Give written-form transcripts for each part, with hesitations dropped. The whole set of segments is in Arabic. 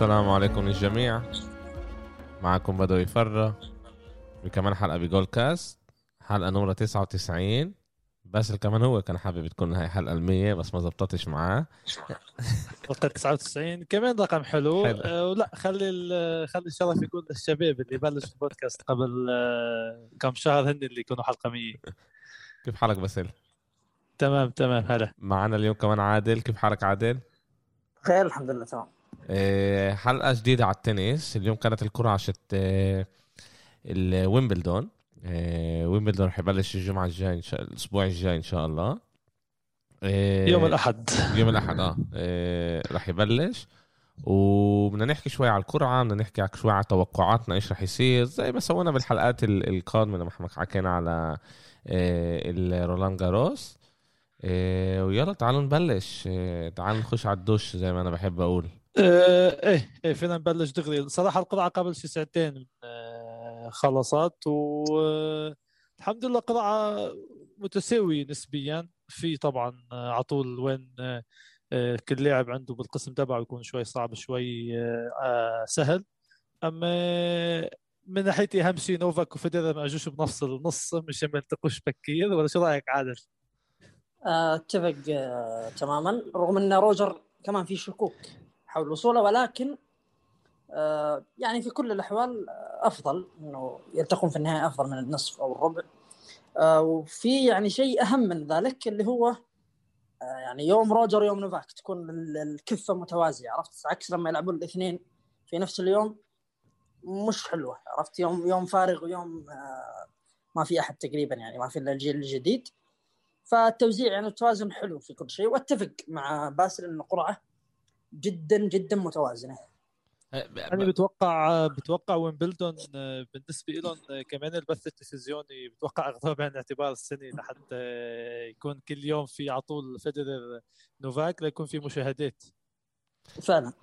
السلام عليكم للجميع. معكم بدوي فرة بكمان حلقة بجول كاست، حلقة نمرة 99. بس كمان هو كان حابب تكون هاي حلقة 100 بس ما زبطتش معاه. حلقة 99 كمان رقم حلو. حلو. ولا خلي الشرف يكون للشباب اللي بلش البودكاست قبل كم شهر، هن اللي يكونوا حلقة 100. كيف حالك باسل؟ تمام هلا. معنا اليوم كمان عادل. كيف حالك عادل؟ خير الحمد لله تمام. حلقة جديدة على التنس. اليوم كانت الكرة عشت الويمبلدون. ويمبلدون رح يبلش الجمعة الجاي الأسبوع الجاي إن شاء الله. يوم الأحد رح يبلش، وبدنا نحكي شوي على القرعة، بدنا نحكي شوي على توقعاتنا إيش رح يصير زي ما سوينا بالحلقات القادمة لما حكينا على الرولان جاروس. ويلا تعالوا نبلش. تعالوا نخش على الدش زي ما أنا بحب أقول. ايه فينا نبلش دغري. صراحة القرعة قبل شي ساعتين خلصت، والحمد لله قرعة متساوية نسبيا. في طبعا عطول وين كل لاعب عنده بالقسم تبعه يكون شوي صعب شوي سهل. اما من ناحيتي اهم شيء نوفاك وفيدرر ما اجوش بنفس النص مش ما يلتقوش بكير. ولا شو رايك عادل؟ اتفق تماما، رغم ان روجر كمان في شكوك حول وصوله، ولكن يعني في كل الاحوال افضل انه يلتقون في النهايه افضل من النصف او الربع. وفي يعني شيء اهم من ذلك اللي هو يعني يوم روجر يوم نوفاك تكون الكفه متوازيه، عرفت؟ عكس لما يلعبون الاثنين في نفس اليوم مش حلوه، عرفت؟ يوم فارغ ويوم ما في احد تقريبا، يعني ما في الا الجيل الجديد. فالتوزيع يعني التوازن حلو في كل شيء، واتفق مع باسل ان القرعه جدا جدا متوازنه. أنا بتوقع ويمبلدون بالنسبة لهم كمان البث التلفزيوني بتوقع أغلبها عن اعتبار السنة لحتى يكون كل يوم في عطول فيدرر نوفاك ليكون في مشاهدات. فعلا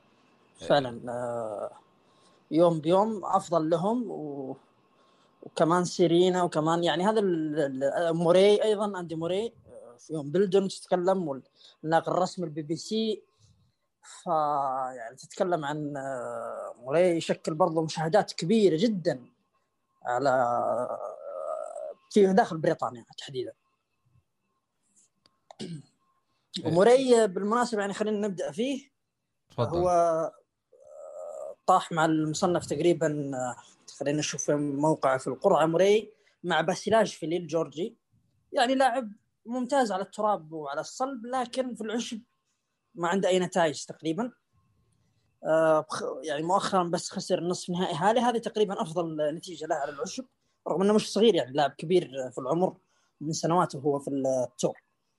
يوم بيوم أفضل لهم. وكمان سيرينا، وكمان يعني هذا موري أيضا، أندي موري في ويمبلدون تتكلم، والناقل الرسمي البي بي سي. يعني تتكلم عن موري يشكل برضه مشاهدات كبيرة جدا على في داخل بريطانيا تحديدا. وموري بالمناسبة يعني خلينا نبدأ فيه. تفضل. هو طاح مع المصنف تقريبا، خلينا نشوف موقعه في القرعة. موري مع باسيلاج فيليل جورجي، يعني لاعب ممتاز على التراب وعلى الصلب، لكن في العشب ما عنده أي نتائج تقريبا. يعني مؤخرا بس خسر نصف نهائي هالي، هذه تقريبا أفضل نتيجة له على العشب، رغم أنه مش صغير، يعني لاعب كبير في العمر من سنوات وهو في التور.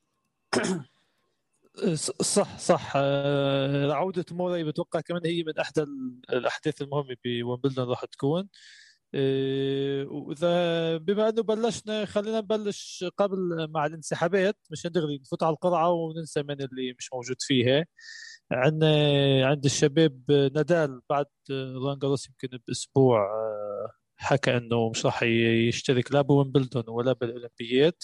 صح. عودة موري بتوقع كمان هي من أحد الأحداث المهمة بويمبلدون راح تكون. وإذا بما أنه بلشنا خلينا نبلش قبل مع الانسحابات مش ندغري نفوت على القرعة وننسى من اللي مش موجود فيها. عند الشباب نادال بعد رولان جاروس يمكن بأسبوع حكى أنه مش راح يشترك لا بويمبلدون ولا بالأولمبيات.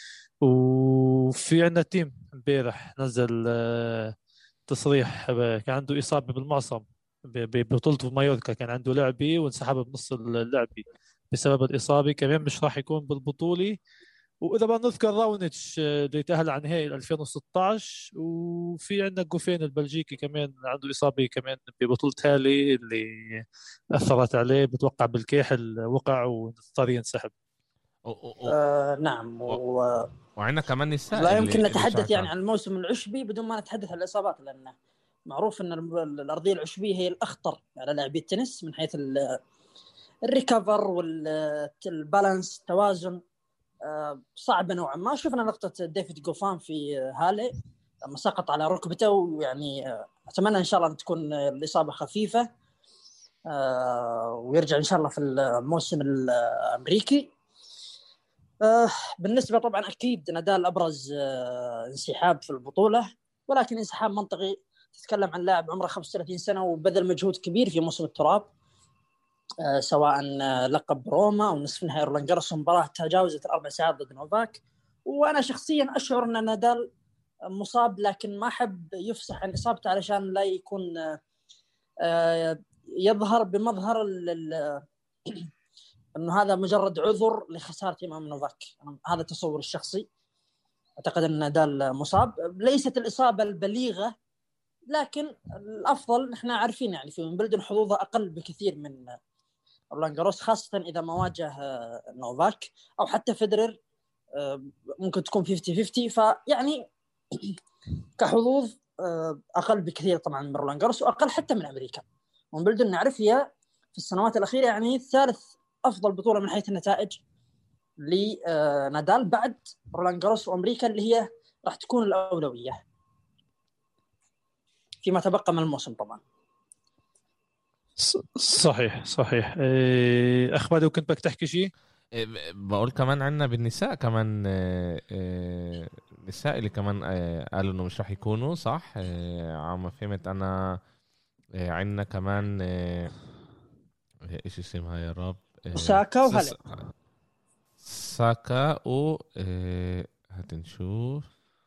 وفي عندنا تيم امبارح نزل تصريح كان عنده إصابة بالمعصم ببطولة مايوركا، كان عنده لعبة وانسحب بنص اللعبة بسبب الإصابة، كمان مش راح يكون بالبطولة. وإذا بدنا نذكر راونيتش اللي تأهل عن نهائي 2016. وفي عندنا جوفين البلجيكي كمان عنده إصابة كمان ببطولة هالي اللي أثرت عليه، بتوقع بالكاحل وقع واضطر ينسحب. نعم. وعندنا كمان نساء لا اللي يمكن نتحدث شاركان. يعني عن الموسم العشبي بدون ما نتحدث عن الإصابات، لأنه معروف أن الأرضية العشبية هي الأخطر على لاعبي التنس من حيث الريكفر والبالانس، التوازن. صعبة نوعا ما. شفنا نقطة ديفيد جوفان في هالي لما سقط على ركبته، ويعني أتمنى إن شاء الله أن تكون الإصابة خفيفة ويرجع إن شاء الله في الموسم الأمريكي. بالنسبة طبعا أكيد نادال أبرز انسحاب في البطولة، ولكن انسحاب منطقي. تتكلم عن لاعب عمره 35 سنة وبذل مجهود كبير في موسم التراب، سواء لقب روما أو نصف نهائي رولان جاروس، مباراة تجاوزت 4 ساعات ضد نوفاك. وأنا شخصيا أشعر أن نادال مصاب، لكن ما أحب يفصح عن إصابته علشان لا يكون يظهر بمظهر انه هذا مجرد عذر لخسارة امام نوفاك. هذا تصور الشخصي. اعتقد ان نادال مصاب، ليست الاصابة البليغة، لكن الافضل نحن عارفين يعني في ويمبلدون حظوظه اقل بكثير من رولان جاروس، خاصة اذا ما واجه نوفاك او حتى فيدرر، ممكن تكون 50-50. فيعني كحظوظ اقل بكثير طبعا من رولان جاروس، واقل حتى من امريكا. ويمبلدون نعرف هي في السنوات الاخيره يعني ثالث افضل بطوله من حيث النتائج لنادال بعد رولان جاروس وامريكا، اللي هي راح تكون الاولويه فيما تبقى من الموسم طبعا. صحيح. أخ مالو، كنت بدك تحكي شيء؟ بقول كمان عنا بالنساء كمان نساء اللي كمان قالوا انه مش راح يكونوا صح. عم فهمت انا. عنا كمان ايش اسمها يا رب، ساكا وهالب. ساكا و هتنشوف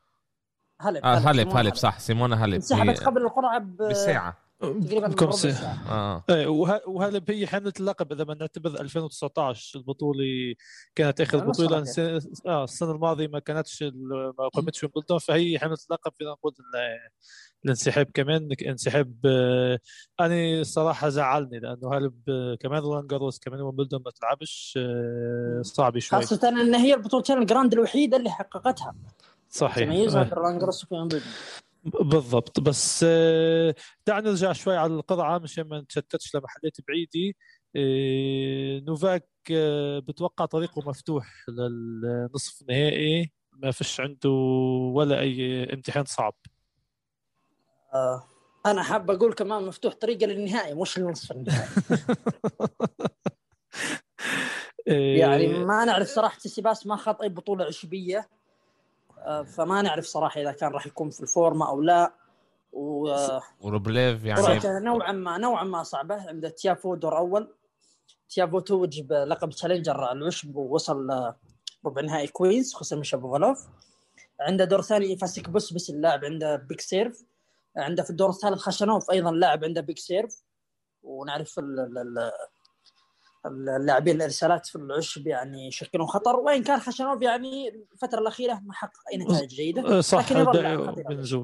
هالب صح، سيمونا هالب انسحبت قبل القرعه بساعة تقريبا ربع ساعة. وهذا هي حملة اللقب إذا ما نعتبر 2019 البطولة كانت آخر بطولة. السنة الماضية ما كانتش، ما قامتش ويمبلدون، فهي حملة اللقب. فينا نقول الانسحاب كمان انسحاب. أنا الصراحة زعلني لأنه هالب كمان رولان جاروس كمان ويمبلدون ما تلعبش، صعب شوي، خاصة أن هي البطولتين الجراند الوحيدة اللي حققتها. صحيح، تميزها رولان جاروس ويمبلدون بالضبط. بس دعنا نرجع شوي على القرعة مشان ما نتشتتش لمحلات بعيدة. نوفاك بتوقع طريقه مفتوح للنصف النهائي، ما فيش عنده ولا أي امتحان صعب. أنا حاب أقول كمان مفتوح طريقة للنهائي مش للنصف النهائي. يعني ما نعرف صراحة، سيباس ما خاض أي بطولة عشبية، فما نعرف صراحة إذا كان راح يكون في الفورمة أو لا. وروبليف يعني نوعا ما صعبة. عند تيافو دور أول، تيافو توج بلقب تشالنجر العشب ووصل ربع نهائي كوينز، خسر من شابوفالوف. عنده دور ثاني فاسك بس اللاعب عنده بيك سيرف. عنده في الدور الثالث خشنوف أيضا لاعب عنده بيك سيرف. ونعرف اللاعبين الارسالات في العشب يعني يشكلون خطر، وين كان خشنوف يعني الفتره الاخيره ما حقق اي نتائج جيده، صح، لكن يظل لاعب خطير بنزول.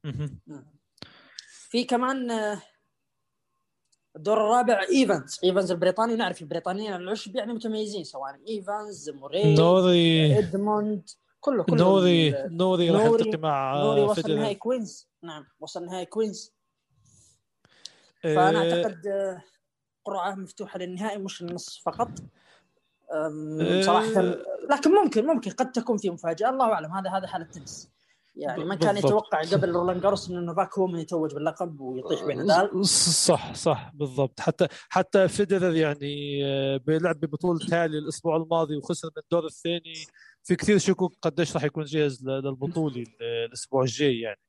في كمان الدور الرابع ايفانز البريطاني. نعرف البريطانيين العشب يعني متميزين، سواء ايفانز، نوري، ادموند، كله نوري راح يلتقي مع نوري وصل نهائي كوينز. نعم وصل نهائي كوينز. فانا اعتقد قرعة مفتوحة للنهائي مش النص فقط صراحة. لكن ممكن قد تكون في مفاجأة، الله أعلم. هذا حالة تنس يعني. ما كان يتوقع قبل رولان جاروس إن نوفاك هو من يتوج باللقب ويطيح بين نادال. صح بالضبط. حتى فيدرر يعني بيلعب ببطولة هالي الأسبوع الماضي وخسر من الدور الثاني. في كثير شكوك قديش راح يكون جاهز للبطولة الأسبوع الجاي يعني.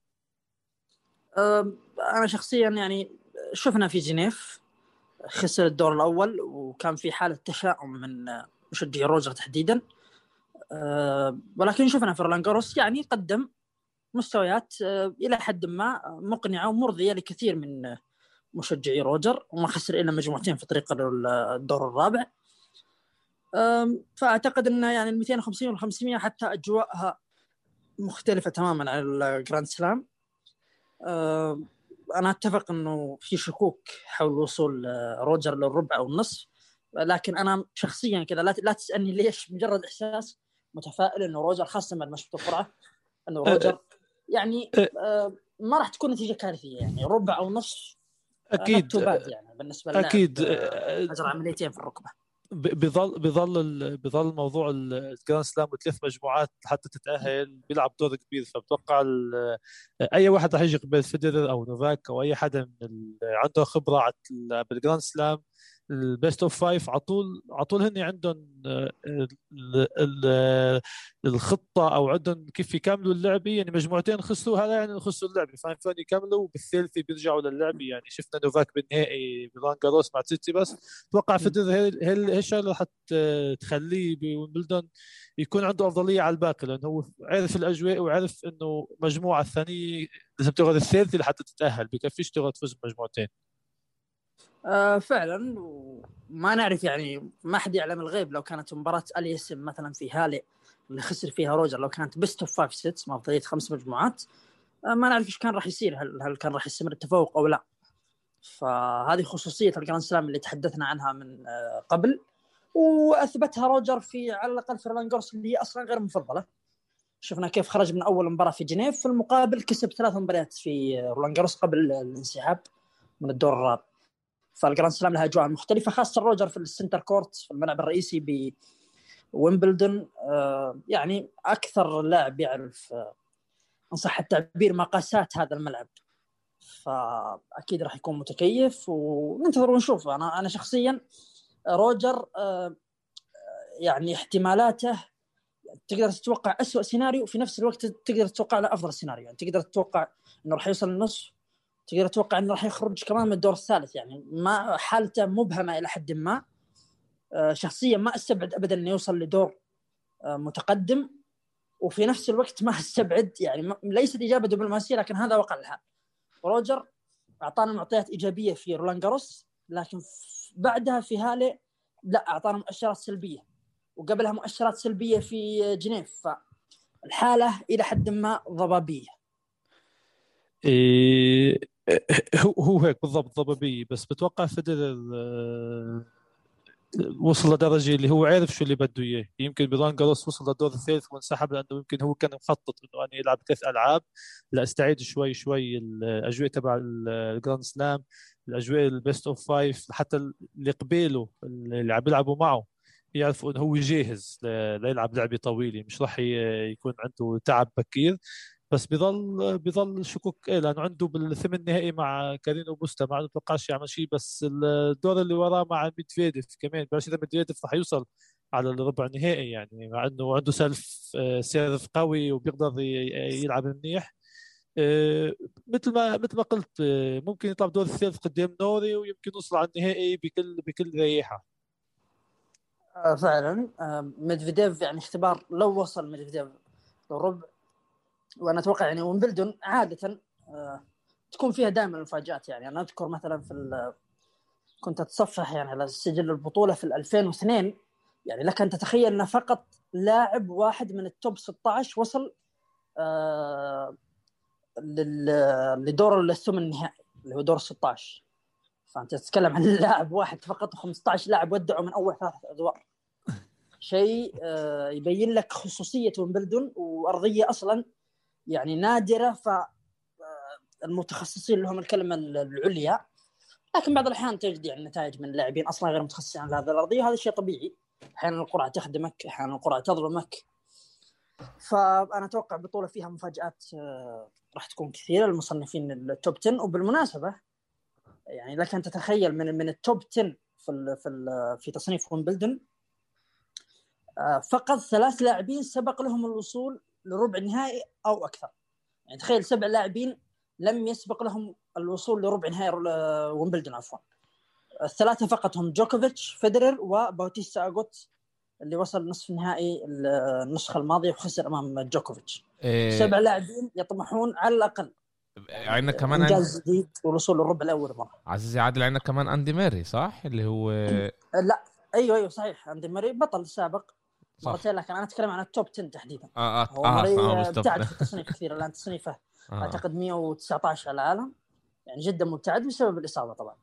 أنا شخصيا يعني شفنا في جنيف خسر الدور الأول، وكان في حالة تشاؤم من مشجعي روجر تحديدا. ولكن شفنا في رولان جاروس يعني قدم مستويات إلى حد ما مقنعة ومرضية لكثير من مشجعي روجر، وما خسر إلا مجموعتين في طريق الدور الرابع. فأعتقد أن يعني 250 وال500 حتى أجواءها مختلفة تماما عن الجراند سلام. أنا أتفق أنه في شكوك حول وصول روجر للربع أو النصف، لكن أنا شخصيا كذا لا تسألني ليش، مجرد إحساس متفائل أنه روجر، خاصة بعد ما شفت القرعة أنه روجر يعني ما راح تكون نتيجة كارثية يعني. ربع أو نصف أكيد يعني بالنسبة للاعب أكيد أجرى عمليتين في الركبة. بظل موضوع الجراند سلام وثلاث مجموعات حتى تتأهل بيلعب دور كبير. فبتوقع اي واحد راح يجي قبل فيدرر او نوفاك او اي حدا من عنده خبره بالجراند سلام البيست اوف فايف على طول هن عندهم الخطه او عندهم كيف يكملوا اللعبه. يعني مجموعتين خسروا، هذا يعني خسروا اللعبه فين يكملوا، وبالثالثه بيرجعوا للعبه. يعني شفنا نوفاك بالنهائي برولان جاروس مع تسيتي، بس اتوقع فيدرر هي الشغله رح تخليه بويمبلدون يكون عنده افضليه على الباقي، لانه هو عرف الاجواء وعرف انه المجموعه الثانيه لازم تاخذ الثالثه لحتى تتاهل، بكفيش تاخذ تفوز بمجموعتين. فعلا. وما نعرف يعني، ما حد يعلم الغيب. لو كانت مباراة اليسم مثلا في هالي اللي خسر فيها روجر، لو كانت بيست اوف 5 سيتس ما افضليه 5 مجموعات، ما نعرف ايش كان راح يصير. هل كان راح يستمر التفوق او لا. فهذه خصوصية الجراند سلام اللي تحدثنا عنها من قبل، واثبتها روجر في على الاقل في رولان جورس اللي هي اصلا غير مفضله. شفنا كيف خرج من اول مباراه في جنيف، في المقابل كسب 3 مباريات في رولان جورس قبل الانسحاب من الدور الرابع. فالجراند سلام لها اجواء مختلفه، خاصه روجر في السنتر كورت في الملعب الرئيسي بويمبلدون. يعني اكثر لاعب يعرف ان صح التعبير مقاسات هذا الملعب. فاكيد راح يكون متكيف، وننتظر ونشوف. انا شخصيا روجر يعني احتمالاته تقدر تتوقع أسوأ سيناريو، في نفس الوقت تقدر تتوقع له افضل سيناريو. يعني تقدر تتوقع انه راح يوصل للنصف، تقدر تتوقع انه راح يخرج كمان من الدور الثالث. يعني ما حالته مبهمه الى حد ما. شخصيا ما استبعد ابدا انه يوصل لدور متقدم، وفي نفس الوقت ما استبعد يعني ليست اجابه دبلوماسيه، لكن هذا واقع الحال. روجر اعطانا معطيات ايجابيه في رولان جاروس، لكن بعدها في هالي لا، اعطانا مؤشرات سلبيه، وقبلها مؤشرات سلبيه في جنيف. فالحاله الى حد ما ضبابيه. إيه، هو هيك بالضبط ضبابية. بس بتوقع فيدرر وصل لدرجة اللي هو عارف شو اللي بده إياه. يمكن بران جاروس وصل للدور الثالث وانسحب لأنه يمكن هو كان مخطط إنه أنا يلعب 3 ألعاب لأستعيد شوي شوي الأجواء تبع الجراند سلام، الأجواء البيست أوف 5، حتى اللي قبيله اللي عم يلعبوا معه يعرفوا إنه هو جاهز ليلعب لعبة طويلة، مش راح يكون عنده تعب بكير. بس بيظل شكوك إيه، لانه عنده بالثمن النهائي مع كارينو بوستا ما بتوقعش يعمل شيء. بس الدور اللي وراه مع ميدفيديف كمان، بس اذا ميدفيديف رح يوصل على الربع النهائي، يعني مع انه عنده سيرف قوي وبيقدر يلعب منيح. مثل ما قلت، ممكن يطلع بدور الثالث قدام نوري، ويمكن يوصل على النهائي بكل ريحة. فعلا. ميدفيديف يعني اختبار. لو وصل ميدفيديف للربع، وانا اتوقع يعني ويمبلدون عاده تكون فيها دائما مفاجات. يعني انا اذكر مثلا كنت اتصفح يعني على سجل البطوله في 2002. يعني لك ان تتخيل ان فقط لاعب واحد من التوب 16 وصل لدور الثمن النهائي اللي هو دور 16. فانت تتكلم عن لاعب واحد فقط، 15 لاعب ودعوا من اول 3 ادوار. شيء يبين لك خصوصيه ويمبلدون وارضيه اصلا يعني نادره. فالمتخصصين لهم الكلمه العليا، لكن بعض الاحيان تجد يعني نتائج من لاعبين اصلا غير متخصصين على هذه الارضيه، وهذا شيء طبيعي. احيانا القرعه تخدمك، احيانا القرعه تظلمك. فانا اتوقع بطوله فيها مفاجات راح تكون كثيره للمصنفين التوب 10. وبالمناسبه يعني لك ان تتخيل من التوب 10 في تصنيف ويمبلدون فقط 3 لاعبين سبق لهم الوصول لربع النهائي او اكثر. يعني تخيل 7 لاعبين لم يسبق لهم الوصول لربع نهائي ويمبلدون عفوا. 3 فقط هم جوكوفيتش، فيدرر، وباوتيستا اغوت اللي وصل نصف النهائي النسخه الماضيه وخسر امام جوكوفيتش. 7 لاعبين يطمحون على الاقل عندنا كمان انجاز جديد والوصول للربع الاول مره. عزيزي عادل، عندنا كمان اندي ماري، صح؟ اللي هو لا، ايوه صحيح، اندي ماري بطل سابق صح. مرتين، لكن انا اتكلم عن التوب 10 تحديدا. هو ماري ماري ابتعد في التصنيف كثير الان، تصنيفه اعتقد 119 على العالم، يعني جدا مبتعد بسبب الاصابه طبعا.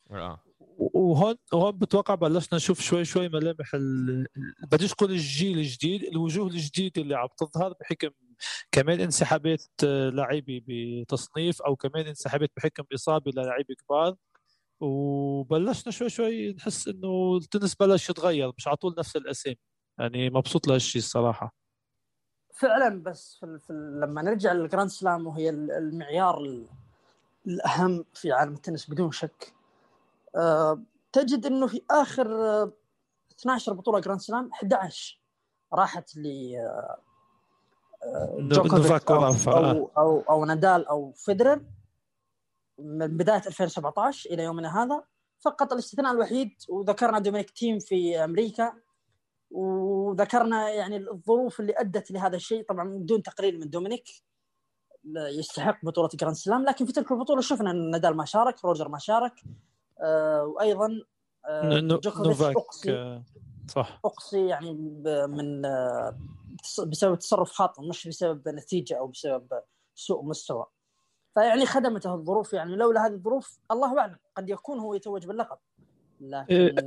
وهون بتوقع بلشنا نشوف شوي شوي ملامح بديش اقول الجيل الجديد، الوجوه الجديده اللي عم تظهر بحكم كمان انسحابات لاعبي بتصنيف، او كمان انسحابات بحكم اصابه للاعبي كبار. وبلشنا شوي شوي نحس انه التنس بلش يتغير، مش على طول نفس الاسامي. يعني مبسوط لهالشيء الصراحه. فعلا. بس لما نرجع للجراند سلام، وهي المعيار الأهم في عالم التنس بدون شك، تجد أنه في آخر 12 بطولة جراند سلام 11 راحت ل جوكوفيتش أو نادال أو فيدرر من بداية 2017 إلى يومنا هذا. فقط الاستثناء الوحيد وذكرنا دومينيك تيم في أمريكا، وذكرنا يعني الظروف اللي أدت لهذا الشيء، طبعا بدون تقليل من دومينيك يستحق بطولة جراند سلام. لكن في تلك البطولة شفنا أن نادال ما شارك، روجر ما شارك، وايضا جوكوفيتش نوفاك اقصي صح اقصي يعني من بسبب تصرف خاطئ، مش بسبب نتيجه او بسبب سوء مستوى. فيعني خدمته الظروف، يعني لولا هذه الظروف الله اعلم قد يكون هو يتوج باللقب. لكن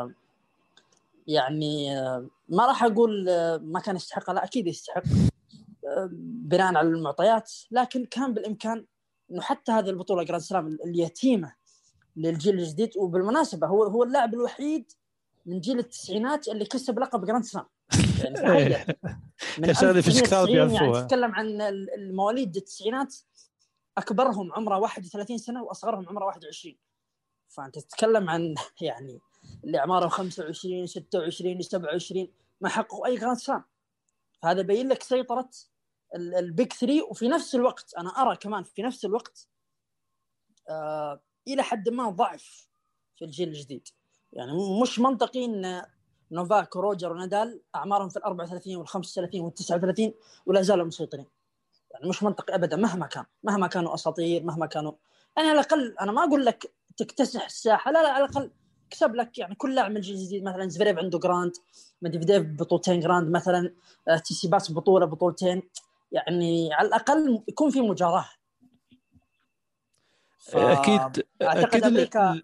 يعني ما راح اقول ما كان يستحق، لا اكيد يستحق بناء على المعطيات، لكن كان بالامكان انه حتى هذه البطوله جراند سلام اليتيمه للجيل الجديد. وبالمناسبه هو اللاعب الوحيد من جيل التسعينات اللي كسب لقب جراند سلام. يعني تخيل من 1990 يعني تتكلم عن المواليد التسعينات، اكبرهم عمره 31 سنه واصغرهم عمره 21. فانت تتكلم عن يعني اللي اعمارهم 25 26 27 ما حققوا اي جراند سلام. فهذا بين لك سيطره البيج 3. وفي نفس الوقت انا ارى كمان في نفس الوقت الى حد ما ضعف في الجيل الجديد. يعني مش منطقي ان نوفاك وروجر ونادال اعمارهم في 34 وال 35 وال 39 ولا زالوا مسيطرين. يعني مش منطقي ابدا مهما كانوا اساطير، مهما كانوا يعني على الاقل انا ما اقول لك تكتسح الساحه، لا على الاقل كسب لك يعني كل لاعب من الجيل الجديد. مثلا زفيريف عنده جراند، ميدفيديف بطولتين جراند مثلا، تيسيباس بطولتين، يعني على الاقل يكون في مجاراه. اكيد اعتقد امريكا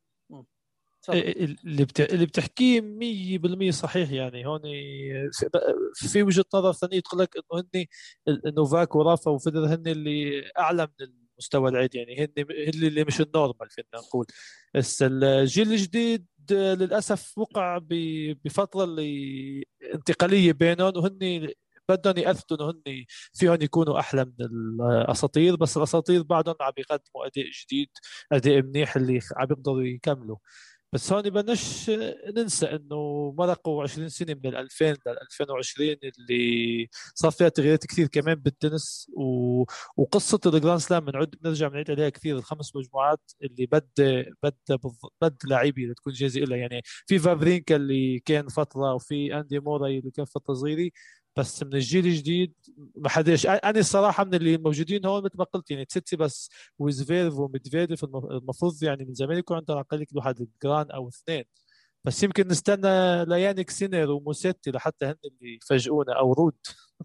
اللي بتحكيه 100% صحيح. يعني هون في وجهة نظر ثانية تقول لك انه هن نوفاك ورافا وفيدر هن اللي اعلى من المستوى العادي، يعني هن اللي مش النورمال فينا نقول. بس الجيل الجديد للاسف وقع بفترة اللي انتقالية بينهم، وهن بدهم يأثبتوا انه هن فيهم يكونوا احلى من الاساطير، بس الاساطير بعدهم عم يقدموا اداء جديد، اداء منيح اللي عم يقدروا يكملوا. بس هون بدناش ننسى انه مرقوا 20 سنه من 2000 ل 2020 اللي صار فيها تغييرات كثير كمان بالتنس وقصه الجراند سلام بنرجع بنعيد عليها كثير. الخمس مجموعات اللي بد لعيبه تكون جاهزه لها. يعني في فافرينكا اللي كان فتره، وفي اندي موراي اللي كان فتره صغيره، بس من الجيل الجديد ما حدش. انا الصراحه من اللي موجودين هون مثل ما قلت يعني تسيتسي بس وزفيرف وميدفيديف المفروض يعني من زمان يكون عندنا على الاقل واحد جران او اثنين. بس يمكن نستنى ليانيك سينر وموسيتي لحتى هن اللي يفاجئونا، او رود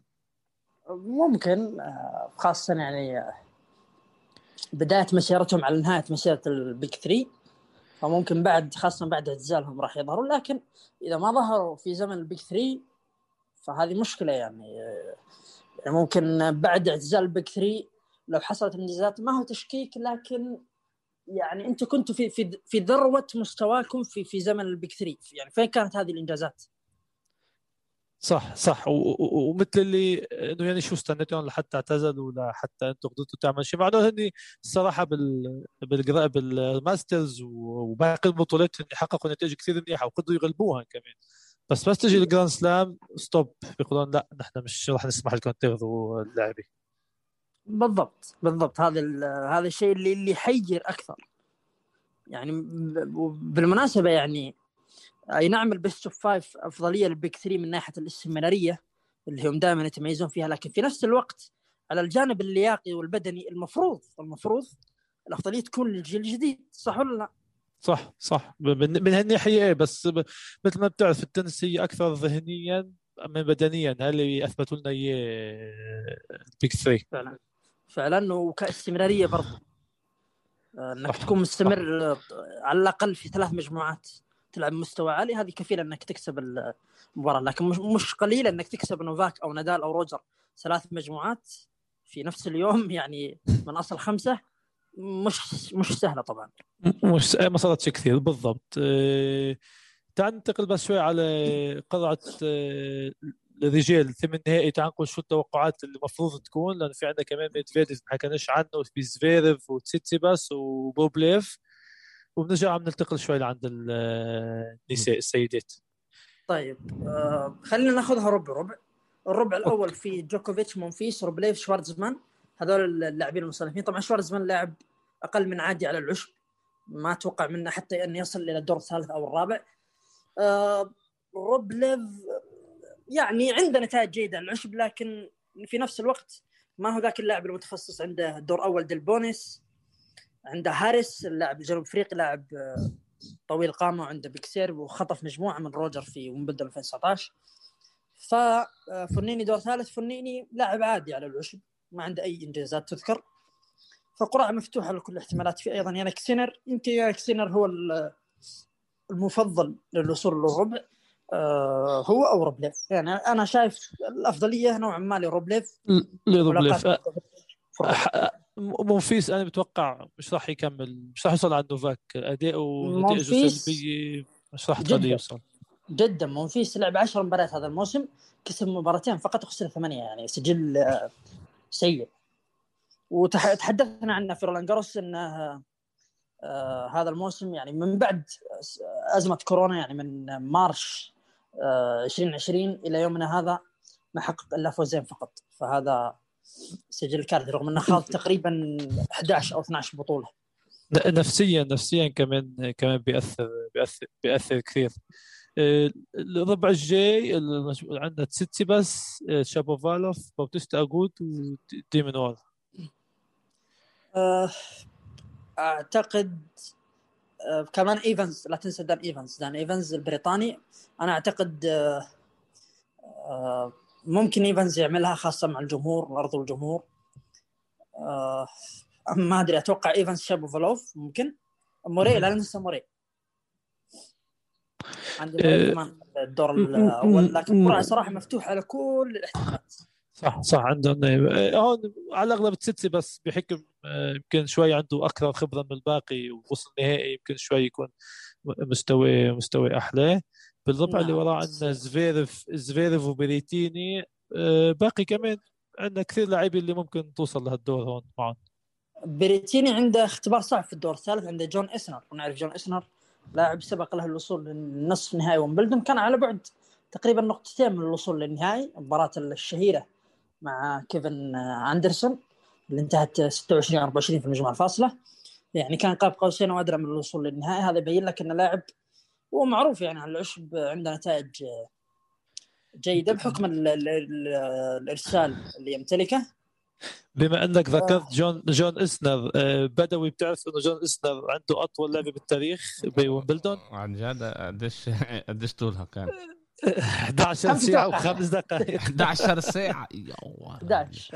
ممكن، خاصه يعني بدايه مسيرتهم على نهايه مسيره البيك 3، فممكن بعد خاصه بعد اعتزالهم راح يظهروا. لكن اذا ما ظهروا في زمن البيك 3 فهذه مشكله. يعني ممكن بعد اعتزال البيك 3 لو حصلت انجازات ما هو تشكيك، لكن يعني انتم كنتوا في ذروه مستواكم في زمن البيك 3، يعني فين كانت هذه الانجازات؟ صح ومثل اللي انه يعني شو استنيتهم لحتى اعتزلوا لحتى انتم قدرتوا تعملوا شيء، مع انه هني الصراحه بالماسترز وباقي البطولات هني حققوا نتائج كثير منيحه وقدروا يغلبوها كمان. بس تجي الجراند سلام ستوب، بيقولون لا نحن مش راح نسمح لكم تغلبوا اللاعبين. بالضبط هذا الشيء اللي يحير اكثر. يعني بالمناسبه يعني اي نعم البيست اوف 5 افضليه للبيك 3 من ناحيه الاستمراريه اللي هم دائما يتميزون فيها، لكن في نفس الوقت على الجانب اللياقي والبدني المفروض الافضليه تكون للجيل الجديد، صح ولا لا؟ صح من هالناحيه بس مثل ما بتعرف التنس هي اكثر ذهنيا من بدنيا، هذا اللي اثبتوا لنا اياه البيك 3 فعلا وكاستمراريه برضو انك تكون صح. مستمر على الاقل في 3 مجموعات تلعب مستوى عالي، هذه كفيله انك تكسب المباراه. لكن مش قليله انك تكسب نوفاك او نادال او روجر 3 مجموعات في نفس اليوم، يعني من اصل 5 مش سهله طبعا. مش ما صارتش كثير بالضبط. تعال ننتقل بس شوي على قرعه الرجال ثمن نهائي. تعال نقول شو التوقعات اللي المفروض تكون، لانه في عندنا كمان ميدفيديف ما حكيناش عنه، في زفيرف وتسيتسيباس وبوبليف، وبنرجع عم ننتقل شوي لعند النساء السيدات. طيب خلينا ناخذها ربع. الربع الاول أوكي. في جوكوفيتش، مونفيس، روبليف، شوارزمان. هذول اللاعبين المصنفين. طبعا شوارزمان لاعب اقل من عادي على العشب، ما اتوقع منه حتى ان يصل الى الدور الثالث او الرابع. روبليف يعني عنده نتائج جيده على العشب، لكن في نفس الوقت ما هو ذاك اللاعب المتخصص. عنده دور اول ديل بونيس، عنده هاريس اللاعب الجنوب افريقي، لاعب طويل قامه، وعنده بيكسير، وخطف مجموعه من روجر في ويمبلدون 2019. ففنيني دور ثالث. فنيني لاعب عادي على العشب، ما عنده اي انجازات تذكر، فقرعه مفتوحه لكل الاحتمالات. في ايضا يانك سينر، يمكن يانك سينر هو المفضل للوصول للربع، هو او روبليف. يعني انا شايف الافضليه نوعا ما لروبليف. لروبليف ملاقات مونفيس انا بتوقع مش راح يكمل، مش راح يوصل عند نوفاك. اداؤه ونتائجه مونفيس سلبيه، مش راح تخليه جدا يوصل. جدا. مونفيس لعب 10 مباريات هذا الموسم، كسب مباراتين فقط وخسر 8، يعني سجل سيء. وتحدثنا عنه في رولان جاروس انه هذا الموسم يعني من بعد ازمه كورونا، يعني من مارش 2020 الى يومنا هذا ما حقق الا فوزين فقط، فهذا سجل كارثي رغم انه خاض تقريبا 11 او 12 بطوله. نفسيا كمان بيأثر كثير. الربع الجاي عندنا تسيتسيباس، شابوفالوف، باوتيستا اغوت، وديمينور. اعتقد كمان ايفنز، لا تنسى دان ايفنز البريطاني. انا اعتقد ممكن ايفنز يعملها، خاصه مع الجمهور وارض الجمهور. ما ادري، اتوقع ايفنز، شابوفالوف ممكن. موري لا ننسى موري، عندي موري كمان الدور الاول، لكن القرعه صراحه مفتوحه على كل الاحتمالات. صح عندهم هون على الاغلب تسيتسي، بس بحكم يمكن شوي عنده اكثر خبره من الباقي ووصل النهائي، يمكن شوي يكون مستوى احلى. بالربع اللي وراه عندنا زفيرف وبريتيني. باقي كمان عندنا كثير لاعبين اللي ممكن توصل لهالدور هون معهم. بريتيني عنده اختبار صعب في الدور الثالث، عنده جون إسنر، ونعرف جون إسنر لاعب سبق له الوصول للنصف نهائي ومبلدون، كان على بعد تقريبا نقطتين من الوصول للنهائي، المباراة الشهيرة مع كيفن أندرسون اللي انتهت 26-24 في المجموعة الفاصلة. يعني كان قاب قوسين وأدنى من الوصول للنهائي. هذا يبين لك أن لاعب هو معروف يعني على العشب عنده نتائج جيدة بحكم الإرسال اللي يمتلكه. بما انك ذكرت جون إسنر، بدوي بتعرف انه جون إسنر عنده اطول لعبه بالتاريخ بويمبلدون. عن جد قديش طولها كان؟ 11 ساعه و5 دقائق. 11 ساعه 11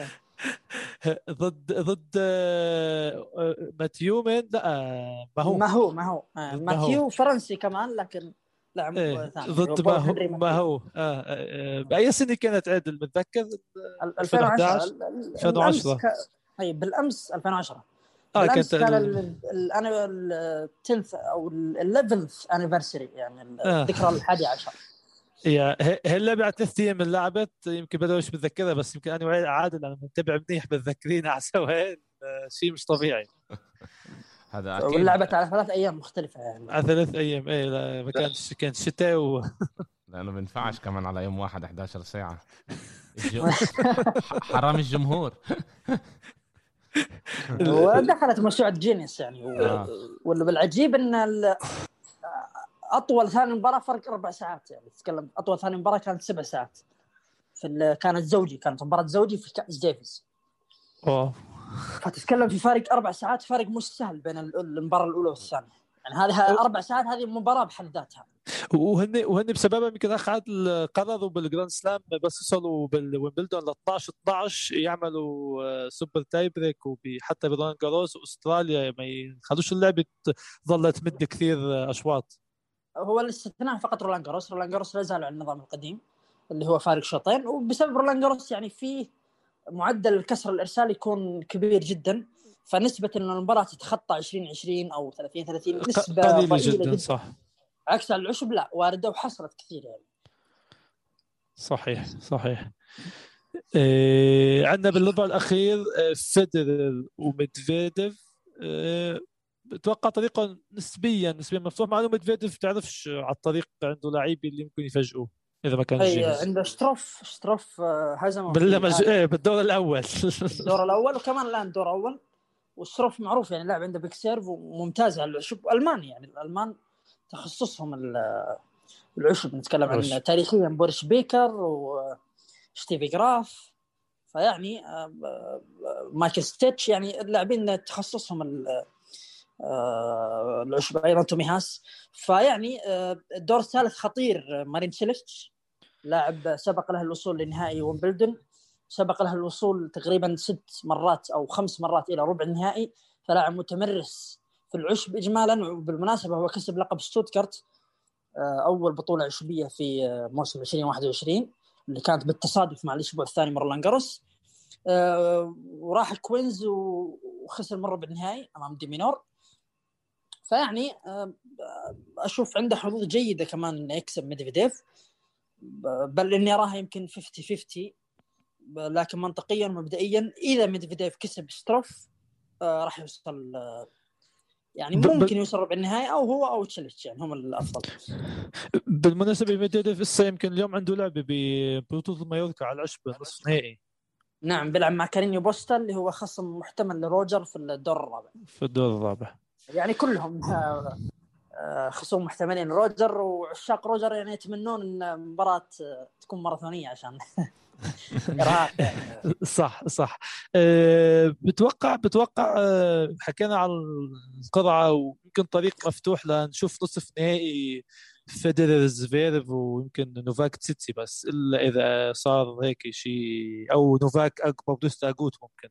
ضد ماتيو مين؟ لا ما هو ماتيو فرنسي كمان، لكن لاعب ثاني ضد ما هو بأي سنة كانت عادل متذكر؟ 2010 اي بالامس 2010 بالامس كانت كان التنث او ال11th anniversary، يعني الذكرى 11. هلا بعد 3 ايام من لعبت، يمكن بدوش بتذكرها، بس يمكن انا عادل انا متابع منيح بتذكرين على سوين. شيء مش طبيعي هذا اكيد. ولعبت على 3 ايام مختلفه، يعني على 3 ايام. ما كان شتاء لانه ما ينفعش كمان على يوم واحد 11 ساعه. حرام الجمهور. ودخلت موسوعه جينيس يعني. واللي بالعجيب ان اطول ثاني مباراه فرق 4 ساعات، يعني تتكلم اطول ثاني مباراه كانت 7 ساعات كانت زوجي، كانت مباراه زوجي في كاس ديفيس. فتتكلم في فارق 4 ساعات، فارق مش سهل بين المباراه الاولى والثانيه. يعني هذه 4 ساعات، هذه مباراه بحد ذاتها. وهن بسببها يمكن اخذ قرروا بالجراند سلام بس وصلوا بالويمبلدون ل 12 يعملوا سوبر تاي بريك، وحتى برولان جاروس واستراليا ما يخلوش اللعبه ظلت تمد كثير اشواط. هو الاستثناء فقط رولان جاروس لا زال على النظام القديم اللي هو فارق شوطين، وبسبب رولان جاروس يعني فيه معدل الكسر الارسالي يكون كبير جدا، فنسبه ان المباراه تتخطى 20-20 او 30-30 نسبه قليله جدا. صح، عكس العشب لا، وارده وحصلت كثير يعني. صحيح. عندنا بالربع الاخير فيدرر وميدفيديف. بتوقع طريقه نسبيا مفتوح، مع انه ميدفيديف تعرفش على الطريق عنده لاعبين اللي ممكن يفاجئوه اذا ما كان جاهز. عنده شتروف هزمه بالدور الاول. الدور الاول، وكمان الان دور اول. والشتروف معروف يعني لاعب عنده بيك سيرف وممتاز على العشب. الماني يعني الالمان تخصصهم العشب. نتكلم عن تاريخيا بورش بيكر وشتيفي جراف، فيعني مايكل ستيتش، يعني اللاعبين تخصصهم العشب ايضا تومي هاس. فيعني الدور الثالث خطير. مارين سيليش لاعب سبق له الوصول لنهائي ويمبلدون، سبق له الوصول تقريبا 6 مرات او 5 مرات الى ربع النهائي، فلاعب متمرس في العشب اجمالا. وبالمناسبه هو كسب لقب ستوتغارت اول بطوله عشبيه في موسم 2021 اللي كانت بالتصادف مع الاسبوع الثاني من رولان جاروس. وراح كوينز وخسر مره بالنهائي امام ديمينور. فيعني اشوف عنده حظوظ جيده كمان انه يكسب ميدفيديف، بل اني اراها يمكن 50-50. لكن منطقيا مبدئيا اذا ميدفيديف كسب ستروف راح يوصل، يعني ممكن يوصل ربع النهائي او هو او تشيليتش، يعني هم الافضل. بالمناسبه ميدفيديف لسه يمكن اليوم عنده لعبه ببطوله مايوركا على العشب نصف نهائي. نعم بيلعب مع كارينيو بوستا اللي هو خصم محتمل لروجر في الدور الرابع. يعني كلهم خصوم محتملين روجر، وعشاق روجر يعني يتمنون ان مباراة تكون ماراثونية عشان إرهاق يعني. صح. بتوقع حكينا على القرعة ويمكن طريق مفتوح لنشوف نصف نهائي فيدرر زفيرف ويمكن نوفاك تسيتسي، بس إلا إذا صار هيك شيء أو نوفاك باوتيستا أغوت ممكن.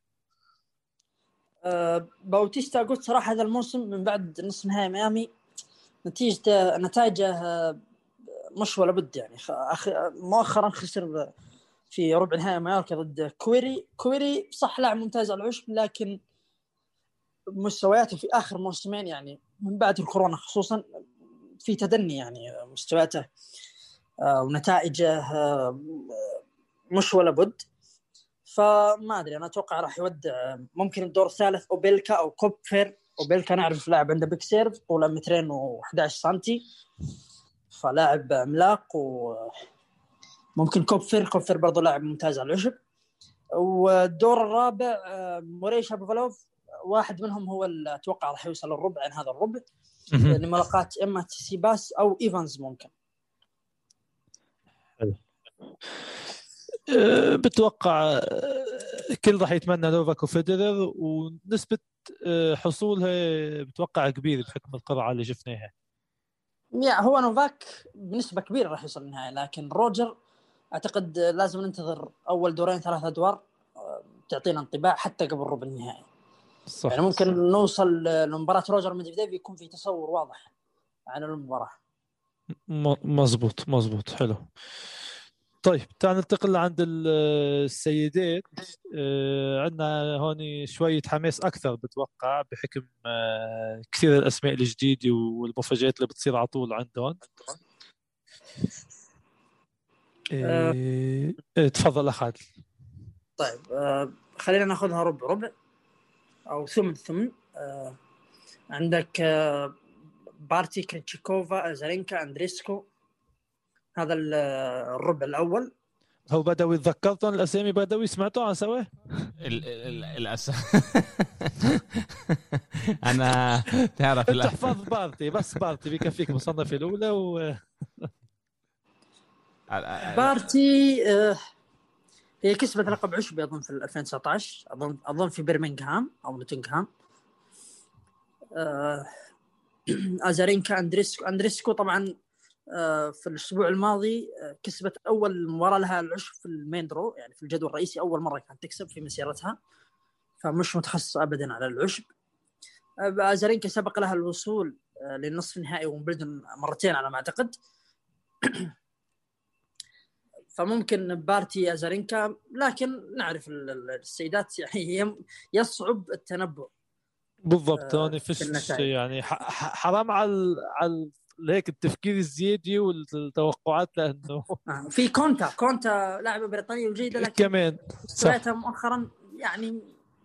باوتيستا أغوت صراحة هذا الموسم من بعد نصف نهائي ميامي نتائجه مش ولا بد. يعني مؤخرا خسر في ربع نهائي مايوركا ضد كويري صح لاعب ممتاز على العشب، لكن مستوياته في آخر موسمين يعني من بعد الكورونا خصوصا في تدني، يعني مستوياته ونتائجه مش ولا بد. فما أدري، أنا أتوقع راح يودع ممكن الدور الثالث أوبيلكا أو كوبفير. أوبيلكا نعرف لاعب عنده بيك سيرف طوله 211 سنتي، فلاعب عملاق. وممكن كوبفير برضو لاعب ممتاز على العشب. والدور الرابع موري شابوفالوف، واحد منهم هو اللي أتوقع راح يوصل الربع عن هذا الربع لملاقاة إما تسيباس أو إيفانز ممكن. بتوقع كل راح يتمنى نوفاك وفيدرر، ونسبة حصولها بتوقع كبير بحكم القرعة اللي شفناها. هو نوفاك بنسبة كبيرة راح يوصل النهائي، لكن روجر أعتقد لازم ننتظر أول دورين 3 أدوار تعطينا انطباع حتى قبل ربع النهائي. صح. يعني ممكن نوصل لمباراة روجر ميدفيديف يكون في تصور واضح عن المباراة. مزبوط حلو. طيب تعال ننتقل عند السيدات. عندنا هون شوية حماس أكثر بتوقع بحكم كثير الأسماء الجديدة والمفاجآت اللي بتصير على طول عندهم. تفضل أخ عادل. طيب خلينا ناخذها ربع أو ثمن. عندك بارتي كريتشيكوفا أزارينكا أندريسكو، هذا الربع الأول. هو بدأوا يتذكرتون الأسامي، بدأوا يسمعتوا عن سوا أنا تعرف أنت تحفظ بارتي، بس بارتي بيكفيك مصنف الأولى بارتي هي كسبت لقب عشبي أظن في 2019 أظن في برمنغهام أو نوتنغهام. أزارينكا أندريسكو طبعا في الأسبوع الماضي كسبت أول مباراة لها العشب في المين درو، يعني في الجدول الرئيسي أول مرة كانت تكسب في مسيرتها، فمش متخصصة أبدا على العشب. أزارينكا سبق لها الوصول للنصف النهائي ومبلدن مرتين على ما أعتقد. فممكن بارتي أزارينكا، لكن نعرف السيدات يعني يصعب التنبؤ بالضبط. أنا فيش يعني حرام على هيك التفكير الزيادي والتوقعات، لأنه في كونتا لاعبة بريطانية جيدة، لكن كمان مستوياتها مؤخرا يعني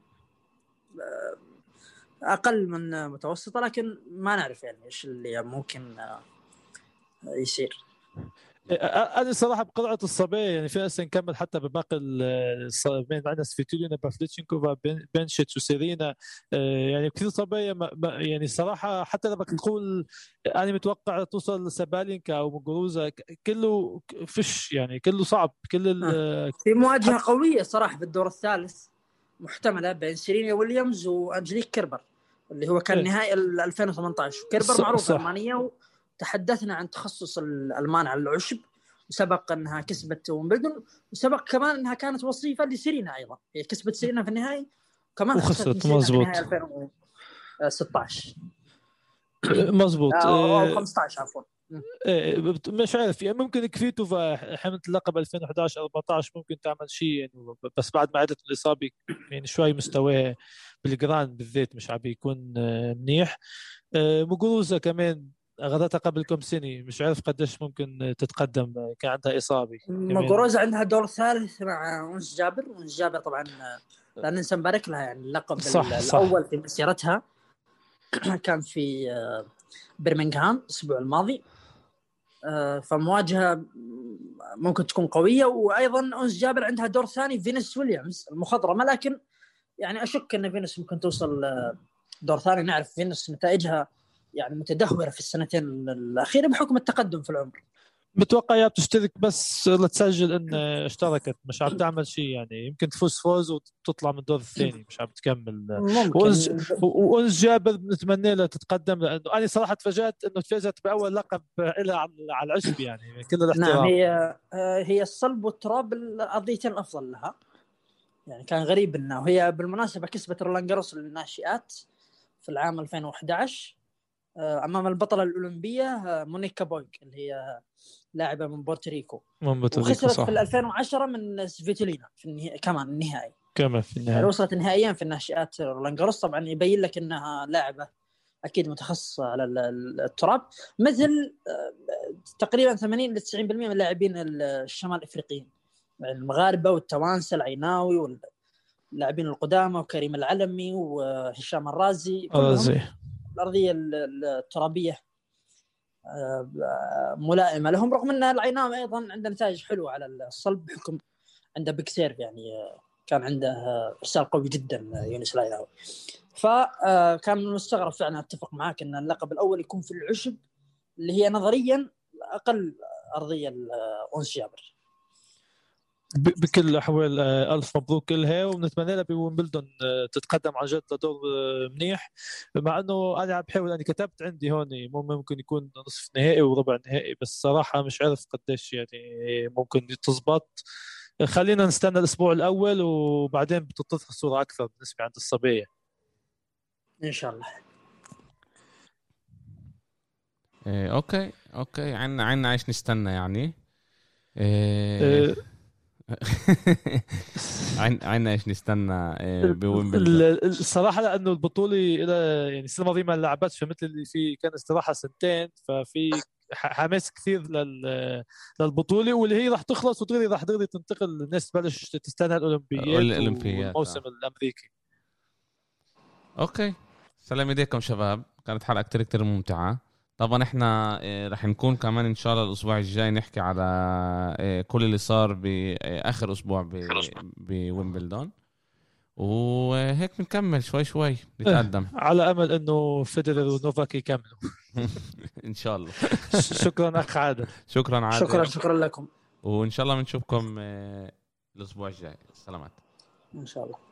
أقل من متوسطة، لكن ما نعرف يعني إيش اللي ممكن يصير. أنا صراحة بقرعة الصبية يعني في أسا نكمل حتى بباقي الصبيين، معنا سفيتولينا بافليتشنكوفا بنشيتش وسيرينا، يعني كثير صبية يعني صراحة حتى لما تقول أنا متوقع توصل سبالينكا أو مقروزة كله فش، يعني كله صعب. في مواجهة قوية صراحة في الدور الثالث محتملة بين سيرينا ويليامز وأنجليك كيربر. اللي هو كان نهائي 2018. كيربر معروفة ألمانية، وتحدثنا عن تخصص الألمان على العشب، وسبق أنها كسبت ويمبلدون، وسبق كمان أنها كانت وصيفة لسيرينا أيضا، هي كسبت سيرينا في النهائي كمان وخسرت. مظبوط. 2016 مظبوط أو 15 عفوا. مش عارف يعني ممكن كفيتوفا حملت اللقب 2011 14 ممكن تعمل شيء يعني، بس بعد ما عادت الإصابة يعني شوي مستواه بالجران بالذات مش عم بيكون منيح. مقروزة كمان أخذتها قبل كم سنة، مش عارف قديش ممكن تتقدم، كان عندها إصابة. مقروزة عندها دور ثالث مع أنس جابر طبعا لا ننسى نبارك لها يعني اللقب الأول في مسيرتها كان في برمنغهام الأسبوع الماضي. فمواجهة ممكن تكون قوية. وأيضا أنس جابر عندها دور ثاني فينيس ويليامز المخضرمة، لكن يعني أشك أن فينيس ممكن توصل دور ثاني. نعرف فينيس نتائجها يعني متدهورة في السنتين الأخيرة بحكم التقدم في العمر. بتوقع يا بتشترك بس لتسجل ان اشتركت، مش عم تعمل شيء يعني، يمكن تفوز فوز وتطلع من الدور الثاني، مش عم تكمل. وأنس جابر بنتمنى لها تتقدم، لانه انا صراحه تفاجأت انه فازت باول لقب لها على العشب يعني كل الاحترام. نعم هي الصلب والتراب الارضيتين افضل لها يعني. كان غريب انه، وهي بالمناسبه كسبت رولان جاروس للناشئات في العام 2011 امام البطله الاولمبيه مونيكا بويك اللي هي لاعبه من بورتوريكو، وخسرت في 2010 من سفيتولينا في كمان النهائي. في النهائي يعني وصلت نهائيا في الناشئات رولان جاروس. طبعا يبين لك انها لاعبه اكيد متخصصه على التراب، مثل تقريبا 80 ل 90% من اللاعبين الشمال الافريقيين يعني المغاربه والتوانسه العيناوي واللاعبين القدامى وكريم العلمي وهشام الرازي كلهم الارضيه الترابيه ملائمه لهم، رغم ان العيناوي ايضا عنده نتائج حلوه على الصلب بحكم عنده بيك سيرف يعني، كان عنده ارسال قوي جدا يونس العيناوي. فكان من المستغرب فعلا اتفق معاك ان اللقب الاول يكون في العشب اللي هي نظريا اقل ارضيه لأنس جابر. بكل الأحوال ألف مبروك لها، ونتمنى لها بويمبلدون تتقدم عن جد لدور منيح. مع أنه أنا عم بحاول، أنا كتبت عندي هون ممكن يكون نصف نهائي وربع نهائي، بس صراحة مش عارف قديش يعني ممكن تزبط. خلينا نستنى الأسبوع الأول وبعدين بتتضح الصورة أكثر بالنسبة عند الصبية إن شاء الله. أوكي عنا عايش نستنى يعني. عنا ايش نستنى بويمبلدون الصراحه، لانه البطوله يعني السنه الماضيه ما لعبتش، فمثل اللي في كان استراحه سنتين، ففي حماس كثير للبطوله، واللي هي راح تخلص ودغري راح تنتقل الناس تبلش تستنى الاولمبيات والموسم الامريكي. اوكي سلام ايديكم شباب، كانت حلقه كتير ممتعه. طبعا احنا رح نكون كمان ان شاء الله الاسبوع الجاي نحكي على كل اللي صار باخر اسبوع بويمبلدون، وهيك بنكمل شوي نتقدم على امل انه فيدرر ونوفاك يكملوا ان شاء الله. شكرا اخ عادل. شكرا لكم، وان شاء الله بنشوفكم الاسبوع الجاي. سلامات ان شاء الله.